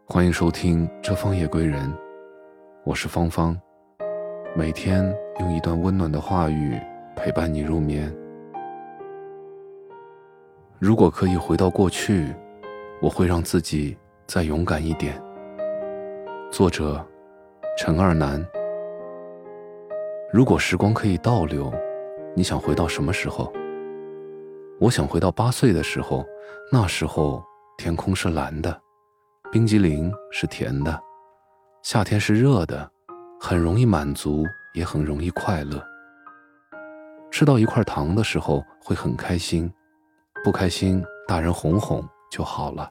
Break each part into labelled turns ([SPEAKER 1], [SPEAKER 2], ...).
[SPEAKER 1] 欢迎收听这方夜归人，我是芳芳，每天用一段温暖的话语陪伴你入眠。如果可以回到过去，我会让自己再勇敢一点。作者陈二南。如果时光可以倒流，你想回到什么时候？我想回到8岁的时候，那时候天空是蓝的，冰激凌是甜的，夏天是热的，很容易满足，也很容易快乐。吃到一块糖的时候会很开心，不开心大人哄哄就好了。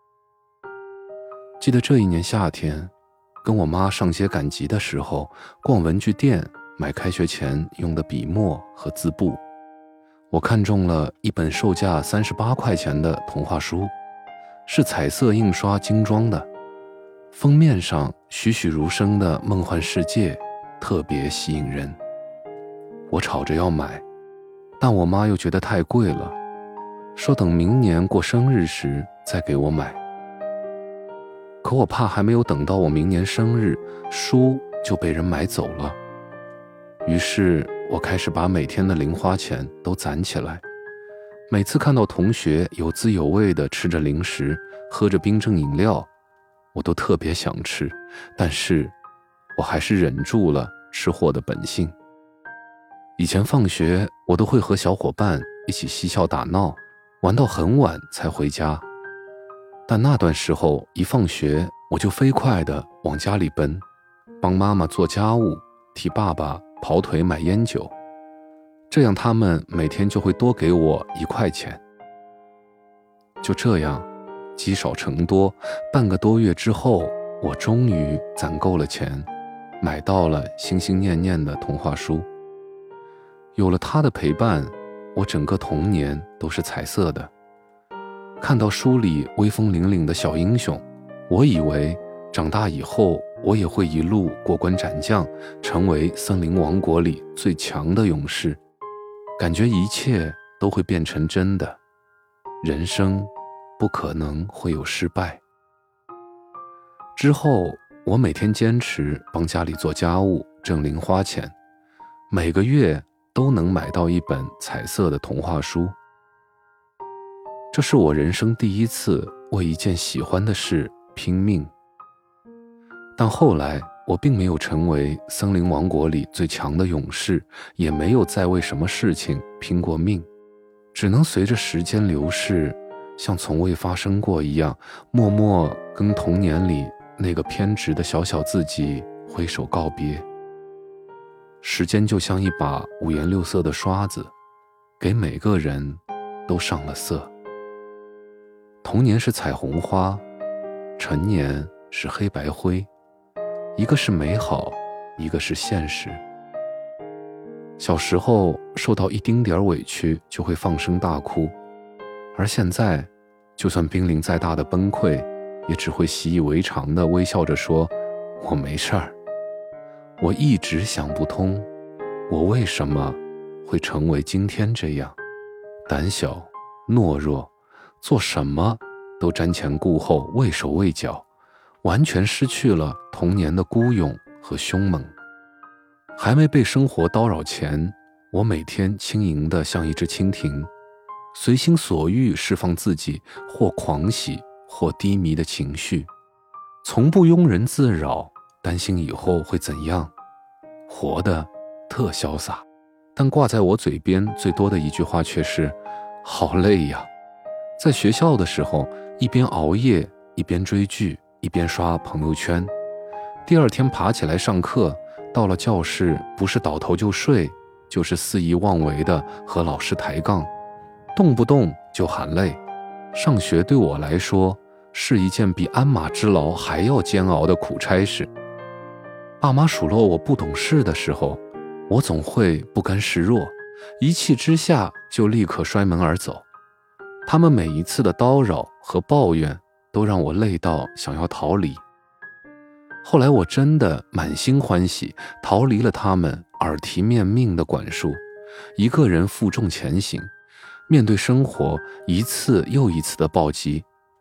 [SPEAKER 1] 记得这一年夏天，跟我妈上街赶集的时候，逛文具店买开学前用的笔墨和字布。我看中了一本售价38块钱的童话书，是彩色印刷精装的，封面上栩栩如生的梦幻世界特别吸引人。我吵着要买，但我妈又觉得太贵了，说等明年过生日时再给我买。可我怕还没有等到我明年生日，书就被人买走了。于是我开始把每天的零花钱都攒起来，每次看到同学有滋有味地吃着零食，喝着冰镇饮料，我都特别想吃，但是我还是忍住了吃货的本性。以前放学我都会和小伙伴一起嬉笑打闹，玩到很晚才回家。但那段时候一放学，我就飞快地往家里奔，帮妈妈做家务，替爸爸跑腿买烟酒，这样他们每天就会多给我1块钱。就这样积少成多，半个多月之后，我终于攒够了钱，买到了心心念念的童话书。有了它的陪伴，我整个童年都是彩色的。看到书里威风凛凛的小英雄，我以为长大以后我也会一路过关斩将，成为森林王国里最强的勇士，感觉一切都会变成真的，人生不可能会有失败。之后我每天坚持帮家里做家务，挣零花钱，每个月都能买到一本彩色的童话书。这是我人生第一次为一件喜欢的事拼命。但后来我并没有成为森林王国里最强的勇士，也没有再为什么事情拼过命，只能随着时间流逝，像从未发生过一样，默默跟童年里那个偏执的小小自己挥手告别。时间就像一把五颜六色的刷子，给每个人都上了色。童年是彩虹花，成年是黑白灰，一个是美好，一个是现实。小时候受到一丁点委屈就会放声大哭，而现在就算濒临再大的崩溃，也只会习以为常地微笑着说，我没事儿。我一直想不通，我为什么会成为今天这样，胆小懦弱，做什么都瞻前顾后，畏手畏脚，完全失去了童年的孤勇和凶猛。还没被生活叨扰前，我每天轻盈地像一只蜻蜓，随心所欲释放自己或狂喜或低迷的情绪，从不庸人自扰，担心以后会怎样，活得特潇洒。但挂在我嘴边最多的一句话却是，好累呀。在学校的时候，一边熬夜，一边追剧，一边刷朋友圈。第二天爬起来上课，到了教室，不是倒头就睡，就是肆意妄为的和老师抬杠，动不动就喊累。上学对我来说，是一件比鞍马之劳还要煎熬的苦差事。爸妈数落我不懂事的时候，我总会不甘示弱，一气之下就立刻摔门而走。他们每一次的叨扰和抱怨都让我累到想要逃离。后来我真的满心欢喜，逃离了他们耳提面命的管束，一个人负重前行，面对生活一次又一次的暴击。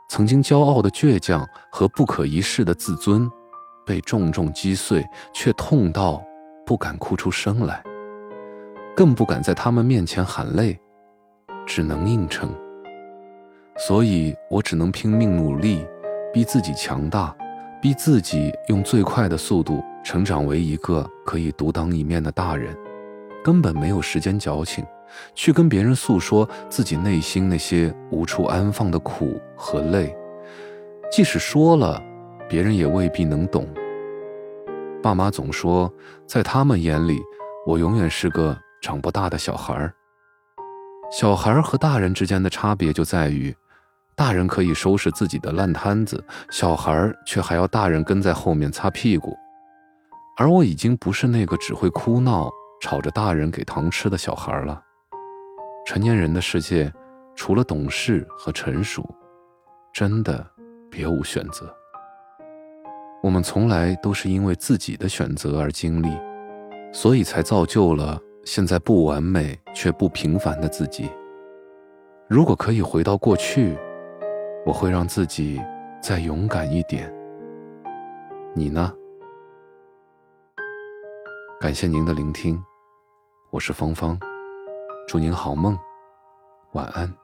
[SPEAKER 1] 曾经骄傲的倔强和不可一世的自尊，被重重击碎，却痛到不敢哭出声来，更不敢在他们面前喊累，只能硬撑。所以我只能拼命努力，逼自己强大，逼自己用最快的速度成长为一个可以独当一面的大人，根本没有时间矫情，去跟别人诉说自己内心那些无处安放的苦和累。即使说了，别人也未必能懂。爸妈总说，在他们眼里，我永远是个长不大的小孩。小孩和大人之间的差别就在于，大人可以收拾自己的烂摊子，小孩却还要大人跟在后面擦屁股。而我已经不是那个只会哭闹吵着大人给糖吃的小孩了。成年人的世界，除了懂事和成熟，真的别无选择。我们从来都是因为自己的选择而经历，所以才造就了现在不完美却不平凡的自己。如果可以回到过去，我会让自己再勇敢一点。你呢？感谢您的聆听，我是芳芳，祝您好梦，晚安。